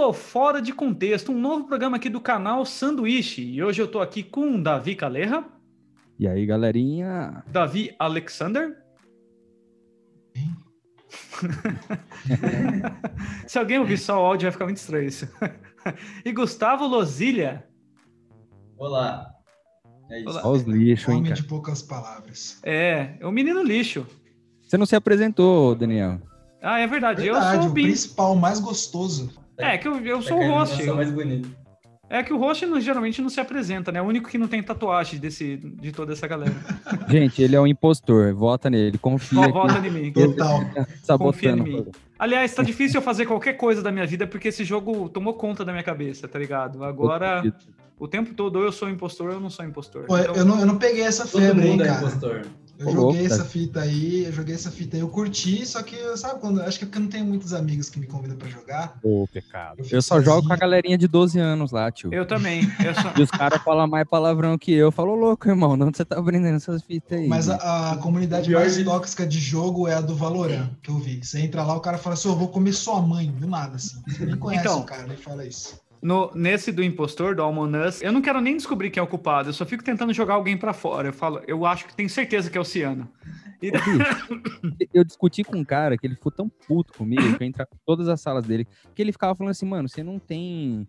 ao Fora de Contexto, um novo programa aqui do canal Sanduíche. E hoje eu tô aqui com Davi Calerra. E aí, galerinha? Davi Alexander. Se alguém ouvir só o áudio vai ficar muito estranho isso. E Gustavo Lozilha. Olá. É isso. Olha os lixos, hein, Homem cara? de poucas palavras. É o menino lixo. Você não se apresentou, Daniel. Ah, é verdade. Verdade, Eu sou o principal, o mais gostoso. É que eu sou o host. Mais bonito. É que o host geralmente não se apresenta, né? É o único que não tem tatuagem de toda essa galera. Gente, ele é um impostor. Vota nele, confia. Vota em mim. Total. Confia em Sabotando. mim. Aliás, tá difícil eu fazer qualquer coisa da minha vida porque esse jogo tomou conta da minha cabeça, tá ligado? Agora, o tempo todo eu sou impostor, eu não sou impostor. Pô, Então, eu não peguei essa Todo febre, hein, mundo é cara. impostor. Eu joguei essa fita aí, eu curti, só que, sabe quando? Acho que é porque eu não tenho muitos amigos que me convidam pra jogar. Ô, pecado. fico Eu só jogo sozinho. com a galerinha de 12 anos lá, tio. Eu também. E os caras falam mais palavrão que eu. Falo, louco, irmão, de onde você tá aprendendo essas fitas aí? Mas a comunidade mais tóxica de jogo é a do Valorant, que eu vi. Você entra lá, o cara fala assim, eu vou comer sua mãe, do nada, assim. Você nem conhece Então, o cara, nem fala isso. Nesse do impostor, do Among Us, eu não quero nem descobrir quem é o culpado, eu só fico tentando jogar alguém pra fora. Eu acho que tenho certeza que é o Ciano. E... Eu discuti com um cara que ele ficou tão puto comigo que eu entrava em todas as salas dele, que ele ficava falando assim, mano, você não tem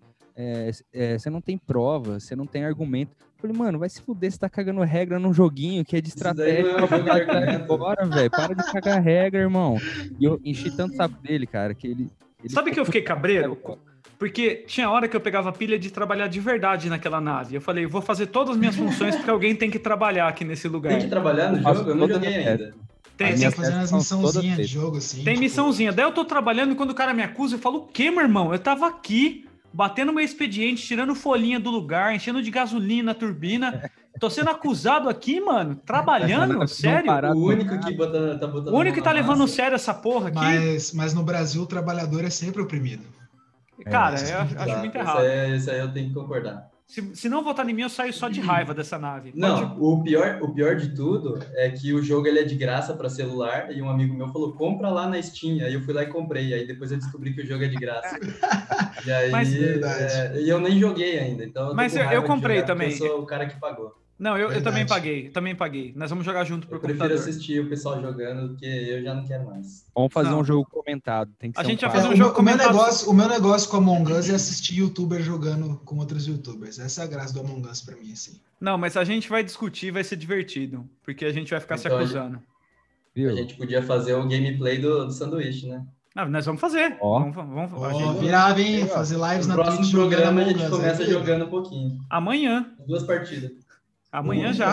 prova, você não tem argumento. Eu falei, mano, vai se fuder, você tá cagando regra num joguinho que é de estratégia. Bora, velho, para de cagar regra, irmão. E eu enchi tanto o saco dele, cara, que ele Sabe que eu fiquei cabreiro? Porque tinha hora que eu pegava a pilha de trabalhar de verdade naquela nave. Eu falei, vou fazer todas as minhas funções porque alguém tem que trabalhar aqui nesse lugar. Tem que trabalhar no jogo? Eu não joguei ainda. Tem, Aí você fazendo as missãozinhas de jogo, assim. Tem tipo... missãozinha. Daí eu tô trabalhando e quando o cara me acusa, eu falo, o quê, meu irmão? Eu tava aqui, batendo meu expediente, tirando folhinha do lugar, enchendo de gasolina a turbina. Tô sendo acusado aqui, mano? Trabalhando? Sério? O único que tá botando O único que tá levando massa. sério essa porra aqui. Mas no Brasil o trabalhador é sempre oprimido. Cara, eu acho muito errado. Isso aí eu tenho que concordar. Se não votar em mim, eu saio só de raiva dessa nave. Não, o pior de tudo é que o jogo ele é de graça para celular e um amigo meu falou, compra lá na Steam. Aí eu fui lá e comprei. Aí depois eu descobri que o jogo é de graça. E aí, e eu nem joguei ainda. Então eu comprei também. Eu sou o cara que pagou. Não, eu também paguei. Nós vamos jogar junto pro computador. Eu prefiro assistir o pessoal jogando, porque eu já não quero mais. Vamos fazer um jogo comentado. Tem que a ser gente vai fazer um jogo comentado. O meu negócio com Among Us é assistir youtuber jogando com outros youtubers. Essa é a graça do Among Us pra mim, assim. Não, mas a gente vai discutir, vai ser divertido. Porque a gente vai ficar se acusando. A gente podia fazer o gameplay do sanduíche, né? Nós vamos fazer. Vamos virar, hein? Fazer lives na Twitch. No próximo programa a gente começa jogando um pouquinho. Amanhã. 2 partidas. Amanhã já.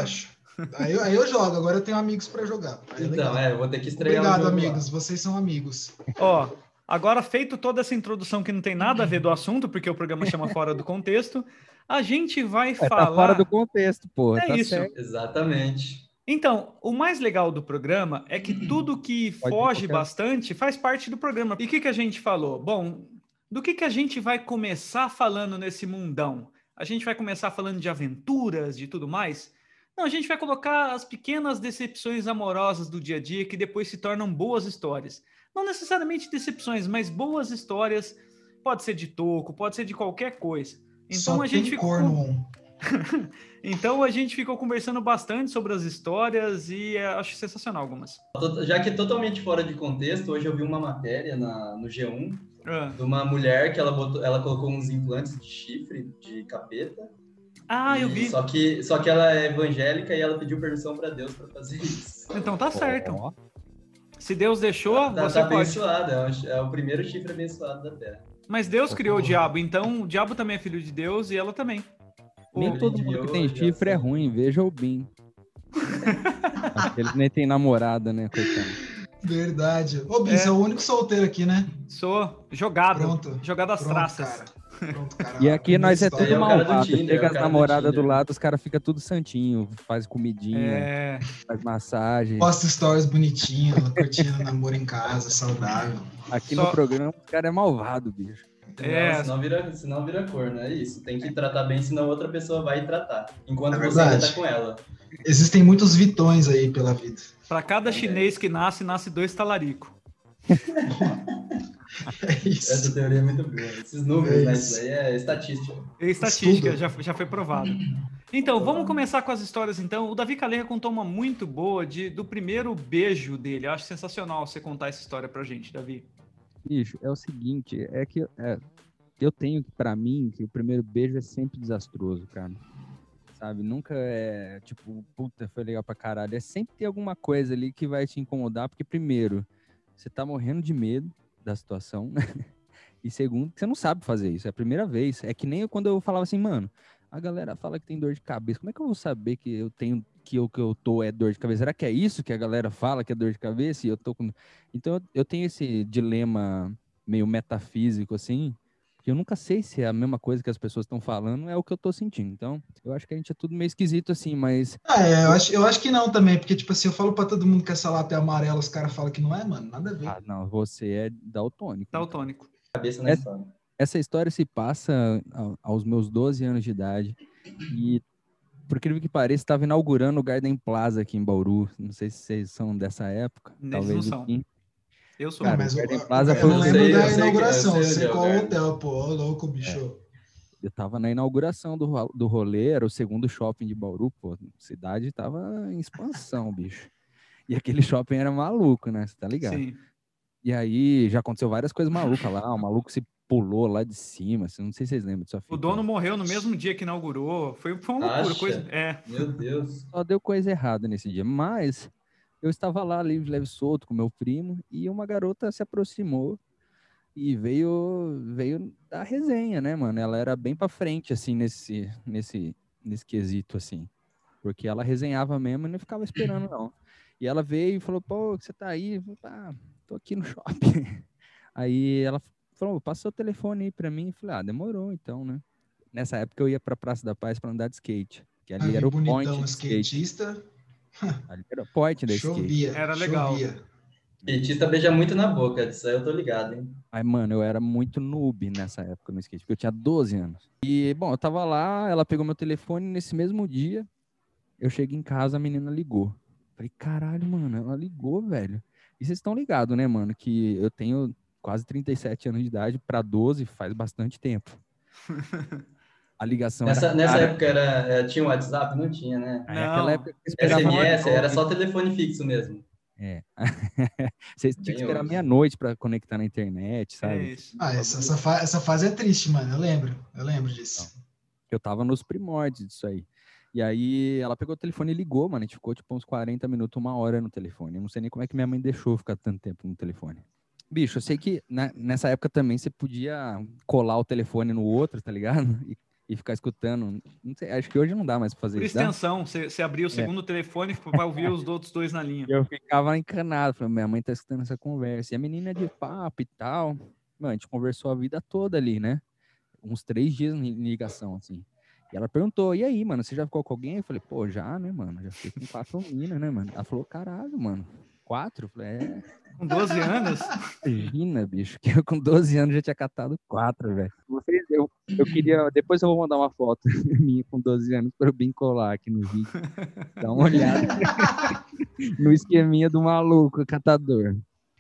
Aí eu jogo, agora eu tenho amigos pra jogar. Então, eu vou ter que estrear Obrigado, o jogo amigos, lá. Vocês são amigos. Ó, agora feito toda essa introdução que não tem nada a ver do assunto, porque o programa chama Fora do Contexto, a gente vai falar... Tá fora do contexto, porra. É tá isso. Certo. Exatamente. Então, o mais legal do programa é que tudo que foge bastante faz parte do programa. E o que a gente falou? Bom, do que a gente vai começar falando nesse mundão? A gente vai começar falando de aventuras, de tudo mais? Não, a gente vai colocar as pequenas decepções amorosas do dia a dia que depois se tornam boas histórias. Não necessariamente decepções, mas boas histórias. Pode ser de toco, pode ser de qualquer coisa. Então a gente ficou... Então a gente ficou conversando bastante sobre as histórias e acho sensacional algumas. Já que é totalmente fora de contexto, hoje eu vi uma matéria no G1 de uma mulher que ela colocou uns implantes de chifre de capeta. Eu vi. Só que ela é evangélica e ela pediu permissão para Deus para fazer isso. Então tá certo. Se Deus deixou, você tá pode. Abençoado, é o primeiro chifre abençoado da Terra. Mas Deus criou o diabo, então o diabo também é filho de Deus e ela também. Nem todo mundo que tem chifre é ruim, veja o Bin. Ele nem tem namorada, né, coitado. Verdade. Ô, Bin, você é o único solteiro aqui, né? Sou jogado. Pronto. Jogado às traças. Cara. Pronto, cara. E aqui nós é tudo malvado. Chega as namoradas do lado, os caras ficam tudo santinho. Faz comidinha, faz massagem. Posta stories bonitinho, curtindo namoro em casa, saudável. Aqui no programa, o cara é malvado, bicho. Senão vira corno, é isso. Tem que tratar bem, senão outra pessoa vai tratar. Enquanto você ainda tá com ela. Existem muitos vitões aí pela vida. Pra cada chinês que nasce 2 talarico. É isso. Essa teoria é muito boa. Esses números, né? Isso aí é estatística. É estatística, já foi provado. Então, vamos começar com as histórias, então. O Davi Calerra contou uma muito boa do primeiro beijo dele. Eu acho sensacional você contar essa história pra gente, Davi. Bicho, é o seguinte, eu tenho pra mim que o primeiro beijo é sempre desastroso, cara. Sabe? Nunca é tipo, puta, foi legal pra caralho. É sempre ter alguma coisa ali que vai te incomodar, porque primeiro, você tá morrendo de medo da situação, né? E segundo, que você não sabe fazer isso, é a primeira vez. É que nem quando eu falava assim, mano, a galera fala que tem dor de cabeça. Como é que eu vou saber que eu tenho que o que eu tô é dor de cabeça? Será que é isso que a galera fala que é dor de cabeça? E eu tô com... Então eu tenho esse dilema meio metafísico assim, que eu nunca sei se é a mesma coisa que as pessoas estão falando, é o que eu tô sentindo. Então, eu acho que a gente é tudo meio esquisito assim, mas Eu acho que não também, porque, tipo assim, eu falo pra todo mundo que essa lata é amarela, os caras falam que não é, mano, nada a ver. não, você é daltônico. Daltônico. Cabeça na história. Essa história se passa aos meus 12 anos de idade e, por incrível que pareça, estava inaugurando o Garden Plaza aqui em Bauru. Não sei se vocês são dessa época. Eles talvez não são. Eu sou. Cara, Mas o Garden Plaza eu não lembro da sei inauguração, eu sei sei qual onde é o hotel, pô, ô, louco, bicho. Eu tava na inauguração do rolê, era o segundo shopping de Bauru, pô. A cidade tava em expansão, bicho. E aquele shopping era maluco, né? Você tá ligado? Sim. E aí já aconteceu várias coisas malucas lá. O maluco se pulou lá de cima. Assim, não sei se vocês lembram dessa fita. O dono morreu no mesmo dia que inaugurou. Foi uma loucura. Acha? É. Meu Deus. Só deu coisa errada nesse dia. Mas eu estava lá, livre, leve, solto, com meu primo, e uma garota se aproximou e veio da resenha, né, mano? Ela era bem pra frente, assim, nesse quesito, assim. Porque ela resenhava mesmo e não ficava esperando, não. E ela veio e falou, pô, você tá aí? Eu falei, tô aqui no shopping. Aí ela falou, passa seu telefone aí pra mim. Eu falei, demorou então, né? Nessa época eu ia pra Praça da Paz pra andar de skate. Que ali era o point bonitão, de skate. skatista. Ali era o point da skate. Chovia, Era legal. Skatista beija muito na boca, disso aí eu tô ligado, hein? Aí, mano, eu era muito noob nessa época no skate, porque eu tinha 12 anos. E, bom, eu tava lá, ela pegou meu telefone, nesse mesmo dia, eu cheguei em casa, a menina ligou. Falei, caralho, mano, ela ligou, velho. E vocês estão ligados, né, mano, que eu tenho quase 37 anos de idade, pra 12 faz bastante tempo. A ligação nessa época tinha um WhatsApp? Não tinha, né? Aí, naquela época eu esperava SMS, era só só telefone fixo mesmo. Vocês tinham que esperar meia-noite pra conectar na internet, sabe? É isso. Essa fase é triste, mano. Eu lembro disso. Eu tava nos primórdios disso aí. E aí ela pegou o telefone e ligou, mano. A gente ficou tipo uns 40 minutos, 1 hora no telefone. Eu não sei nem como é que minha mãe deixou ficar tanto tempo no telefone. Bicho, eu sei que nessa época também você podia colar o telefone no outro, tá ligado? E ficar escutando. Não sei, acho que hoje não dá mais pra fazer Por isso. extensão, você abria o segundo telefone para ouvir os outros dois na linha. Eu ficava encanado, falei, minha mãe tá escutando essa conversa. E a menina é de papo e tal. Mano, a gente conversou a vida toda ali, né? Uns 3 dias em ligação, assim. E ela perguntou, e aí, mano, você já ficou com alguém? Eu falei, pô, já, né, mano? Já fiquei com 4 meninas, né, mano? Ela falou, caralho, mano. 4? Eu falei, Com 12 anos? Imagina, bicho, que eu com 12 anos já tinha catado 4, velho. Eu queria, depois eu vou mandar uma foto minha com 12 anos para eu bem colar aqui no vídeo. Dá uma olhada no esqueminha do maluco, catador.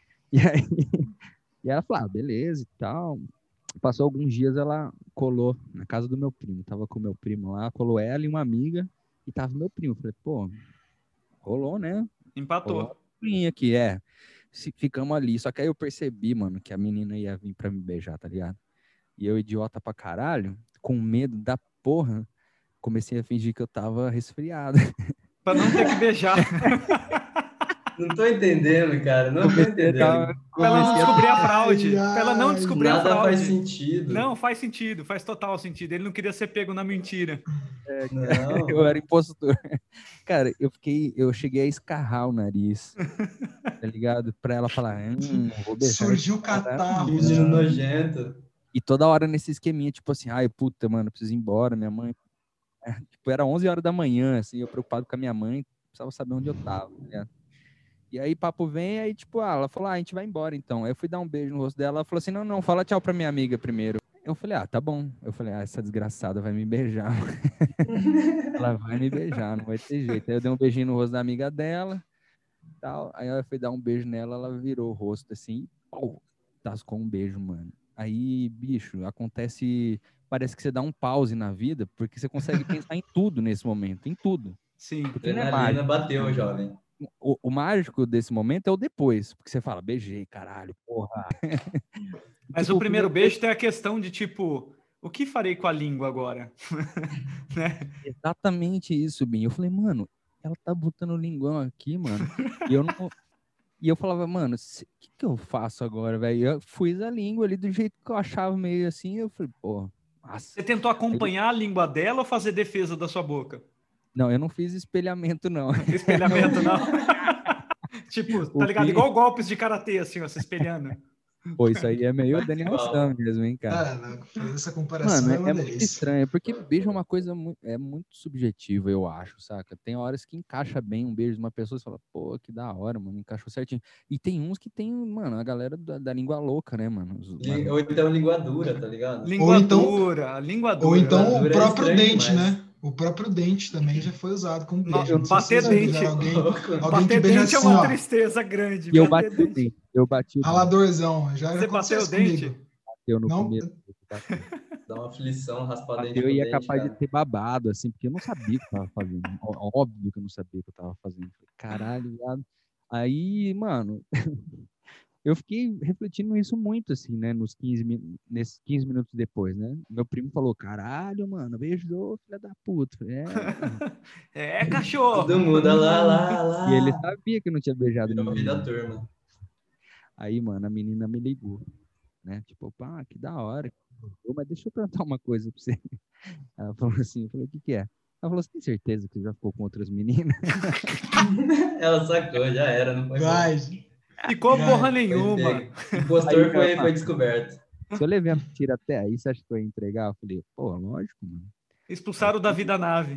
E ela falou, beleza e tal. Passou alguns dias, ela colou na casa do meu primo. Tava com o meu primo lá, colou ela e uma amiga, e tava meu primo. Falei, pô, rolou, né? Empatou. Rolou aqui, ficamos ali. Só que aí eu percebi, mano, que a menina ia vir pra me beijar, tá ligado? E eu, idiota pra caralho, com medo da porra, comecei a fingir que eu tava resfriado. Pra não ter que beijar. Não tô entendendo, cara. Não tô entendendo. Pra ela não descobrir a fraude. Pra ela não descobrir a fraude. Nada faz sentido. Não, faz sentido. Faz total sentido. Ele não queria ser pego na mentira. Não. Eu era impostor. Cara, eu cheguei a escarrar o nariz, tá ligado? Pra ela falar, vou beijar. Surgiu catarro. Menino nojento. E toda hora nesse esqueminha, tipo assim, ai, puta, mano, preciso ir embora, minha mãe... Tipo, era 11 horas da manhã, assim, eu preocupado com a minha mãe, precisava saber onde eu tava, tá ligado? E aí, papo vem, aí, tipo, ela falou, a gente vai embora, então. Aí eu fui dar um beijo no rosto dela, ela falou assim, não, fala tchau pra minha amiga primeiro. Eu falei, tá bom. Eu falei, essa desgraçada vai me beijar. Ela vai me beijar, não vai ter jeito. Aí eu dei um beijinho no rosto da amiga dela, tal. Aí eu fui dar um beijo nela, ela virou o rosto, assim, pô, tascou um beijo, mano. Aí, bicho, acontece... Parece que você dá um pause na vida, porque você consegue pensar em tudo nesse momento, em tudo. Sim. Porque não é Adrenalina mágico. bateu, jovem. O mágico desse momento é o depois, porque você fala, beijei, caralho, porra. Mas tipo, o primeiro beijo tem a questão de, tipo, o que farei com a língua agora? Né? Exatamente isso, Binho. Eu falei, mano, ela tá botando o linguão aqui, mano. E eu não... E eu falava, mano, o que eu faço agora, velho? Eu fui a língua ali do jeito que eu achava meio assim. Eu falei, pô, nossa. Você tentou acompanhar a língua dela ou fazer defesa da sua boca? Não, eu não fiz espelhamento, não. Espelhamento, não. Tipo, tá ligado? Igual golpes de karatê, assim, ó, se espelhando. Pô, isso aí é meio Daniel Igual. San mesmo, hein, cara? Fazer essa comparação Mano, é uma muito delícia. estranho, porque beijo é uma coisa muito subjetiva, eu acho, saca? Tem horas que encaixa bem um beijo de uma pessoa e você fala, pô, que da hora, mano, encaixou certinho. E tem uns que tem, mano, a galera da língua louca, né, mano? Ou então língua dura, tá ligado? Língua então- dura, língua Ou dura. então Dura o é próprio estranho dente, demais. né? O próprio dente também já foi usado como beijo. Não, Não sei se bater vocês já dente. beijaram alguém Bater que beija dente é assim, uma ó. tristeza grande. E eu bater bati o dente, eu bati o dente, Raladorzão. Já Você aconteceu bateu o isso dente? comigo. bateu no Não, começo, bateu. Dá uma aflição, raspar dente Bateu com e é dente, capaz de cara. ter babado, assim, porque eu não sabia o que eu tava fazendo. Óbvio que eu não sabia o que eu tava fazendo. Falei, caralho, viado. Aí, mano, eu fiquei refletindo isso muito, assim, né, nesses 15 minutos depois, né? Meu primo falou, caralho, mano, beijou, filha da puta. Falei, mano. É, cachorro. Todo mundo, lá. E ele sabia que eu não tinha beijado Virou o rei da ninguém. turma. Aí, mano, a menina me ligou, né? Tipo, pá, que da hora. Mas deixa eu perguntar uma coisa pra você. Ela falou assim, eu falei, o que que é? Ela falou, você tem certeza que já ficou com outras meninas? Ela sacou, já era, não foi bom. gás. Ficou porra Foi nenhuma. pego. Impostor Aí, foi descoberto. Se eu levei a mentira até aí, você acha que eu ia entregar? Eu falei, pô, lógico, mano. Expulsaram o Davi da nave.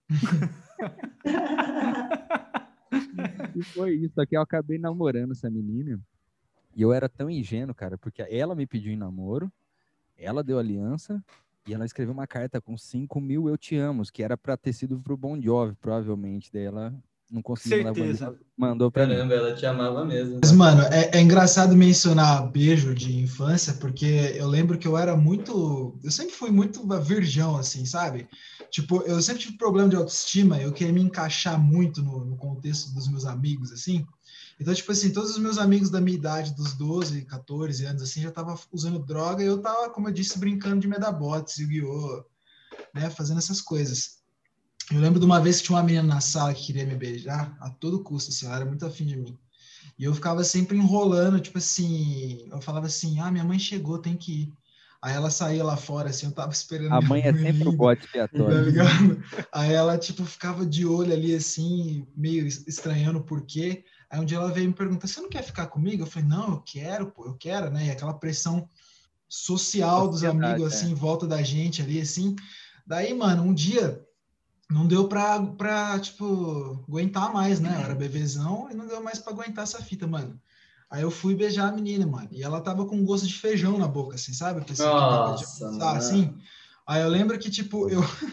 E foi isso. Só que eu acabei namorando essa menina. E eu era tão ingênuo, cara, porque ela me pediu em namoro, ela deu aliança e ela escreveu uma carta com 5.000 eu te amos, que era pra ter sido pro Bon Jovi, provavelmente. Daí ela não conseguiu mandar Bon Certeza. Jovi, mandou pra mim. Caramba, ela te amava mesmo. Mas, mano, é engraçado mencionar beijo de infância, porque eu lembro que eu sempre fui muito virgão, assim, sabe? Tipo, eu sempre tive problema de autoestima, eu queria me encaixar muito no contexto dos meus amigos, assim. Então, tipo assim, todos os meus amigos da minha idade, dos 12, 14 anos, assim, já tava usando droga e eu tava, como eu disse, brincando de Medabots, Yu-Gi-Oh!, né? Fazendo essas coisas. Eu lembro de uma vez que tinha uma menina na sala que queria me beijar a todo custo, assim, ela era muito afim de mim. E eu ficava sempre enrolando, tipo assim, eu falava assim, minha mãe chegou, tem que ir. Aí ela saía lá fora, assim, eu tava esperando A minha mãe é sempre o indo, bode tá expiatório. ligado? Aí ela, tipo, ficava de olho ali, assim, meio estranhando o porquê. Aí um dia ela veio me perguntar, você não quer ficar comigo? Eu falei, não, eu quero, pô, eu quero, né? E aquela pressão social dos Sociedade, amigos, assim, em volta da gente ali, assim. Daí, mano, um dia não deu pra, tipo, aguentar mais, né? Eu era bebezão e não deu mais pra aguentar essa fita, mano. Aí eu fui beijar a menina, mano. E ela tava com gosto de feijão na boca, assim, sabe? A pessoa que acaba de Nossa, almoçar, mano. assim. Aí eu lembro que, tipo,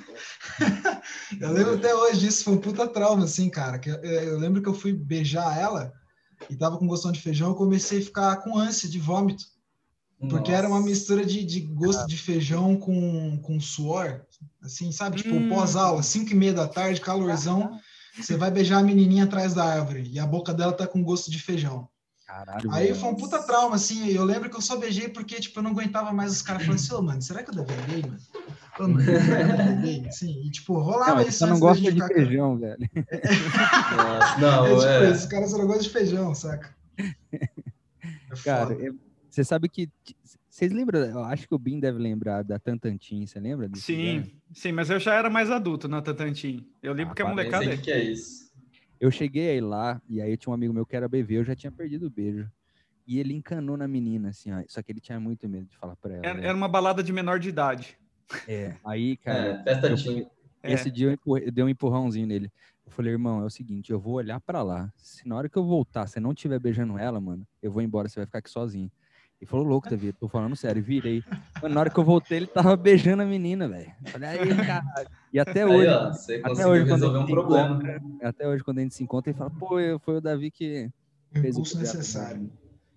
eu lembro até hoje disso, foi um puta trauma, assim, cara. Que eu lembro que eu fui beijar ela e tava com gostão de feijão, eu comecei a ficar com ânsia de vômito. Porque era uma Nossa. mistura de gosto de feijão com suor, assim, sabe? Tipo, pós-aula, 5h30 da tarde, calorzão, você vai beijar a menininha atrás da árvore e a boca dela tá com gosto de feijão. Caralho, Aí velho. foi um puta trauma, assim, eu lembro que eu só beijei porque, tipo, eu não aguentava mais os caras falando assim, ô, mano, será que eu devia gay, mano? Ô, mano, será que eu devia gay? Assim, e, tipo, Não, rolava ele isso só não antes da gosta gente de ficar... feijão, velho. Nossa, não, tipo, esses caras só não gostam de feijão, saca? Cara, você sabe que... Vocês lembram? Eu acho que o Bin deve lembrar da Tantantin, você lembra disso? Sim, mas eu já era mais adulto na Tantantin. Eu lembro que a molecada... Nem sei o que é isso. Eu cheguei aí lá, e aí tinha um amigo meu que era bebê, eu já tinha perdido o beijo. E ele encanou na menina, assim, ó, só que ele tinha muito medo de falar pra ela. Era uma balada de menor de idade. Aí, cara, festa teen. Esse dia eu dei um empurrãozinho nele. Eu falei, irmão, é o seguinte, eu vou olhar pra lá. Se na hora que eu voltar, você não estiver beijando ela, mano, eu vou embora, você vai ficar aqui sozinho. Ele falou, louco, Davi, tô falando sério, virei. Mano, na hora que eu voltei, ele tava beijando a menina, velho. Falei, aí, caralho. E até hoje, Aí, ó, você conseguiu resolver um problema. Até hoje, quando a gente se encontra, ele fala, pô, foi o Davi que fez o recurso necessário.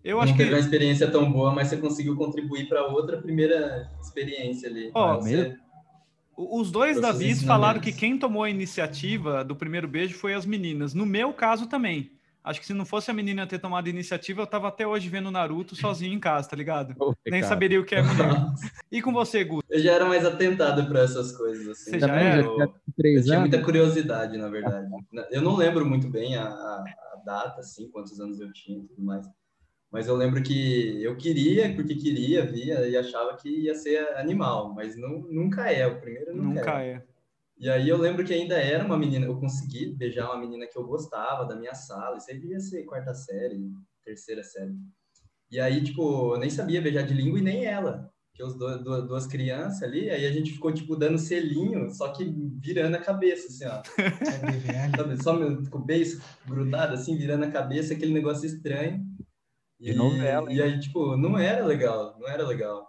Eu Não acho teve uma que... experiência tão boa, mas você conseguiu contribuir para outra primeira experiência ali. Ó, Você os dois trouxe os Davids falaram que ensinamentos. quem tomou a iniciativa do primeiro beijo foi as meninas. No meu caso também. Acho que se não fosse a menina ter tomado a iniciativa, eu tava até hoje vendo Naruto sozinho em casa, tá ligado? Ô, Nem pecado. saberia o que é mulher. E com você, Gu? Eu já era mais atentado para essas coisas, assim. Você já Também era? já tinha Eu 3 tinha muita anos. curiosidade, na verdade. Eu não lembro muito bem a data, assim, quantos anos eu tinha e tudo mais. Mas eu lembro que eu queria, porque queria, via e achava que ia ser animal, mas nunca é, o primeiro nunca Nunca é. é. E aí eu lembro que ainda era uma menina, eu consegui beijar uma menina que eu gostava da minha sala, isso aí devia ser quarta série, terceira série. E aí, tipo, eu nem sabia beijar de língua e nem ela, que os duas crianças ali, aí a gente ficou, tipo, dando selinho, só que virando a cabeça, assim, ó. É BVL. Sabe, só com o beiço grudado, assim, virando a cabeça, aquele negócio estranho. De novela, E aí, tipo, não era legal, não era legal.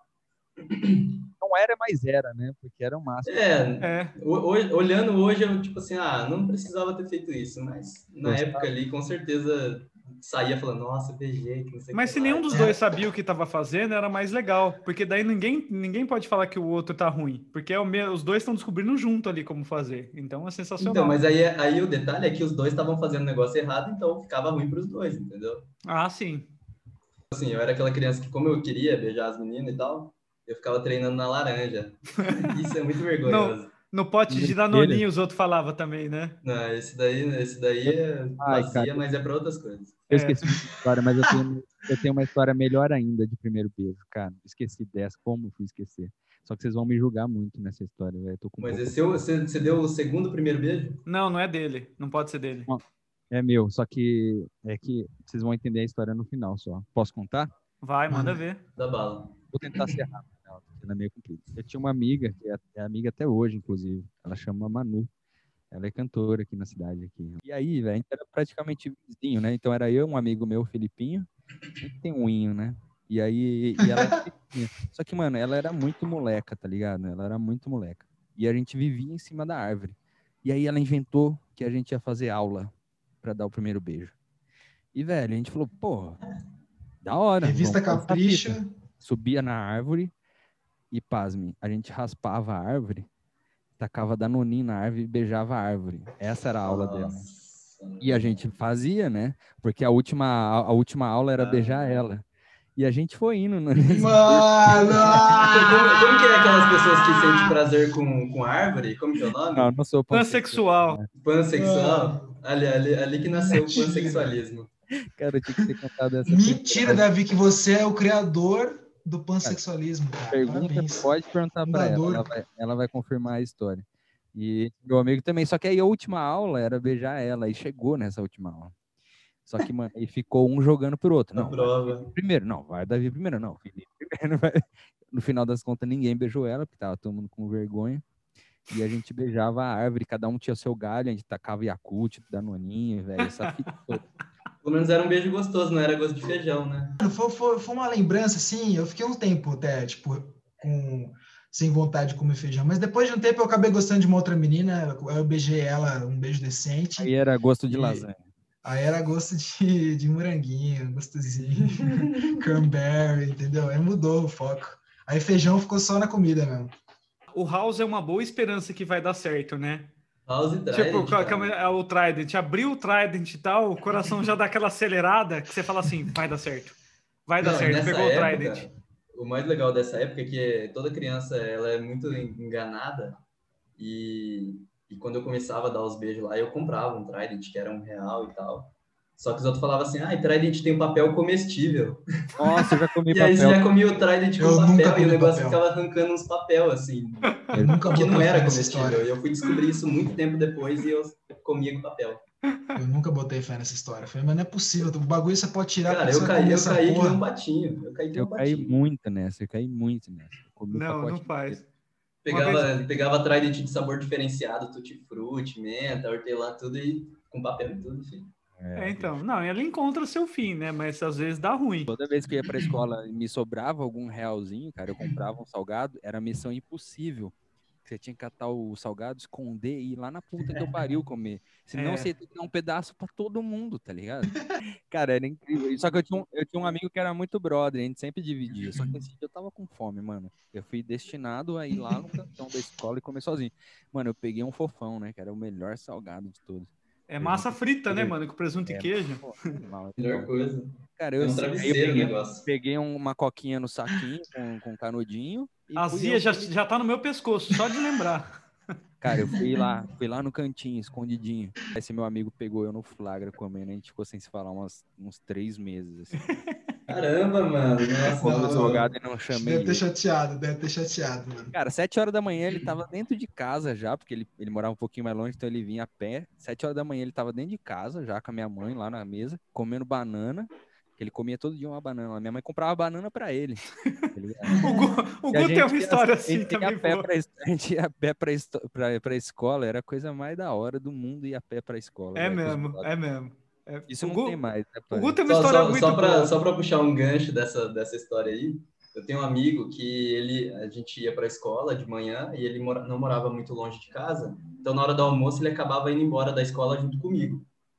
não era, mas era, né? Porque era o máximo. É. Olhando hoje, eu, tipo assim, não precisava ter feito isso, mas na época Gostava. ali, com certeza, saía falando, nossa, beijei, que não sei o Mas que se lá. nenhum dos dois sabia o que estava fazendo, era mais legal. Porque daí ninguém pode falar que o outro tá ruim. Porque os dois estão descobrindo junto ali como fazer. Então é Então, sensacional. mas aí o detalhe é que os dois estavam fazendo o negócio errado, então ficava ruim para os dois, entendeu? Ah, sim. Assim, eu era aquela criança que, como eu queria beijar as meninas e tal, eu ficava treinando na laranja. Isso é muito vergonhoso. No pote de Danoninho, os outros falavam também, né? Não, esse daí Ai, cara, fazia, mas é para outras coisas. eu esqueci uma história, mas eu tenho uma história melhor ainda de primeiro beijo, cara. Esqueci dessa, como fui esquecer? Só que vocês vão me julgar muito nessa história, velho. Eu tô com Mas pouco... você deu o segundo primeiro beijo? Não, não é dele. Não pode ser dele. É meu, só que é que vocês vão entender a história no final só. Posso contar? Vai, manda Mano, ver. Da bala. Vou tentar ser rápido, né, porque ela é meio comprida. Eu tinha uma amiga, que é amiga até hoje, inclusive. Ela chama Manu. Ela é cantora aqui na cidade. Aqui. E aí, velho, a gente era praticamente vizinho, né? Então era eu, um amigo meu, Felipinho. Sempre tem um inho, né? E aí, e ela era pequenininha. Só que, mano, ela era muito moleca, tá ligado? Ela era muito moleca. E a gente vivia em cima da árvore. E aí ela inventou que a gente ia fazer aula pra dar o primeiro beijo. E, velho, a gente falou, pô, da hora. Revista vamos fazer essa Capricha. fita. Subia na árvore e, pasme, a gente raspava a árvore, tacava danoninho na árvore e beijava a árvore. Essa era a aula dela. E a gente fazia, né? Porque a última aula era beijar ela. E a gente foi indo nesse Mano! Como que é aquelas pessoas que sentem prazer com árvore? Como que é o nome? Não, não sou Pansexual. né? Pansexual? Ali que nasceu o pansexualismo. Cara, eu tinha que ter contado essa Mentira, primeira. Davi, que você é o criador do pansexualismo, cara. Pergunta, Parabéns. pode perguntar para ela, Fundador. ela vai confirmar a história. E meu amigo também, só que aí a última aula era beijar ela, e chegou nessa última aula. Só que, mano, aí ficou um jogando pro outro. Na Não, prova. vai primeiro, não, vai Davi primeiro, não, Felipe primeiro. No final das contas, ninguém beijou ela, porque tava todo mundo com vergonha. E a gente beijava a árvore, cada um tinha seu galho, a gente tacava Yakult, Danoninho, velho, essa fita toda. Pelo menos era um beijo gostoso, não era gosto de feijão, né? Foi uma lembrança, assim, eu fiquei um tempo até, tipo, sem vontade de comer feijão. Mas depois de um tempo eu acabei gostando de uma outra menina, eu beijei ela, um beijo decente. Aí era gosto de lasanha. Aí era gosto de moranguinho, gostosinho, cranberry, entendeu? Aí mudou o foco. Aí feijão ficou só na comida mesmo. O House é uma boa esperança que vai dar certo, né? House e Trident, tipo, o Trident, abriu o Trident e tal, o coração já dá aquela acelerada que você fala assim, vai dar certo. Vai dar certo, pegou época, o Trident. O mais legal dessa época é que toda criança ela é muito enganada e quando eu começava a dar os beijos lá, eu comprava um Trident que era R$1 e tal. Só que os outros falavam assim, Trident tem um papel comestível. Nossa, eu já comi e papel. aí você já comia o Trident com papel e o negócio papel. ficava arrancando uns papel, assim. Eu nunca que não era nessa comestível. história. E eu fui descobrir isso muito tempo depois e eu comia com papel. Eu nunca botei fé nessa história. Falei, mas não é possível. O bagulho você pode tirar. Cara, eu caí que nem um patinho. Eu caí muito nessa. Não faz. Pegava Trident de sabor diferenciado, tutti-frutti, menta, hortelã, tudo e com papel e tudo, filho. Então, não, ela encontra o seu fim, né? Mas às vezes dá ruim. Toda vez que eu ia pra escola e me sobrava algum realzinho, cara, eu comprava um salgado, era missão impossível Você tinha que catar o salgado, esconder e ir lá na puta que eu pariu comer. Senão você ia ter que dar um pedaço pra todo mundo, tá ligado? Cara, era incrível. Só que eu tinha um amigo que era muito brother, a gente sempre dividia. Só que esse dia eu tava com fome, mano. Eu fui destinado a ir lá no cantão da escola e comer sozinho. Mano, eu peguei um fofão, né? Que era o melhor salgado de todos. É massa frita, né, mano? Com presunto e queijo. Pô, animal, Melhor coisa. cara, É um travesseiro o negócio. Peguei uma coquinha no saquinho com canudinho. E Azia já tá no meu pescoço, só de lembrar. Cara, eu fui lá no cantinho, escondidinho. Esse meu amigo pegou eu no flagra comendo, a gente ficou sem se falar uns 3 meses, assim. Caramba, mano. Nossa, Comendo salgado e não chamei deve ter chateado, mano. Cara, 7 horas da manhã ele tava dentro de casa já, porque ele morava um pouquinho mais longe, então ele vinha a pé. 7 horas da manhã ele tava dentro de casa já com a minha mãe lá na mesa, comendo banana, que ele comia todo dia uma banana. Minha mãe comprava banana pra ele. O Gu tem uma história assim também. A gente ia a pé pra escola, era a coisa mais da hora do mundo ir a pé pra escola. É mesmo. Isso não tem mais, né, O Gu tem uma história muito boa. Só pra puxar um gancho dessa história aí, eu tenho um amigo que a gente ia pra escola de manhã e ele não morava muito longe de casa, então na hora do almoço ele acabava indo embora da escola junto comigo.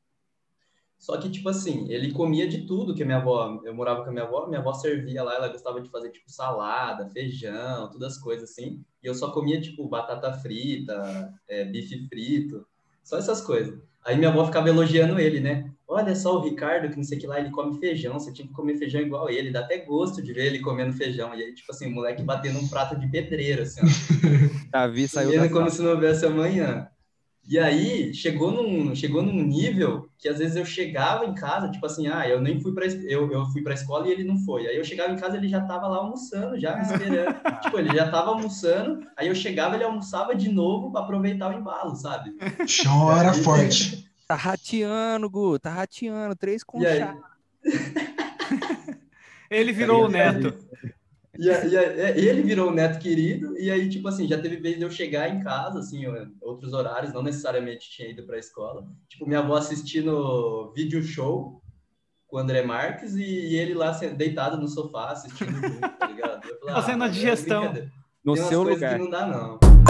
Só que, tipo assim, ele comia de tudo que eu morava com a minha avó servia lá, ela gostava de fazer, tipo, salada, feijão, todas as coisas assim, e eu só comia, tipo, batata frita, bife frito, só essas coisas. Aí minha avó ficava elogiando ele, né? Olha só o Ricardo, que não sei o que lá, ele come feijão, você tinha que comer feijão igual ele, dá até gosto de ver ele comendo feijão. E aí, tipo assim, o moleque batendo um prato de pedreiro, assim, ó. Davi saiu da como se não houvesse amanhã. E aí, chegou num nível que às vezes eu chegava em casa, tipo assim, eu nem fui eu fui pra escola e ele não foi. Aí eu chegava em casa, ele já tava lá almoçando, já me esperando. Tipo, ele já tava almoçando, aí eu chegava, ele almoçava de novo pra aproveitar o embalo, sabe? O chão era forte. Tá rateando, Gu, 3 com chá. Ele virou o neto. E ele virou o neto querido, e aí, tipo assim, já teve vez de eu chegar em casa, assim, outros horários, não necessariamente tinha ido pra escola. Tipo, minha avó assistindo vídeo show com o André Marques e ele lá deitado no sofá assistindo junto, tá ligado? Eu falei, fazendo a digestão. No seu lugar. Que não dá, não.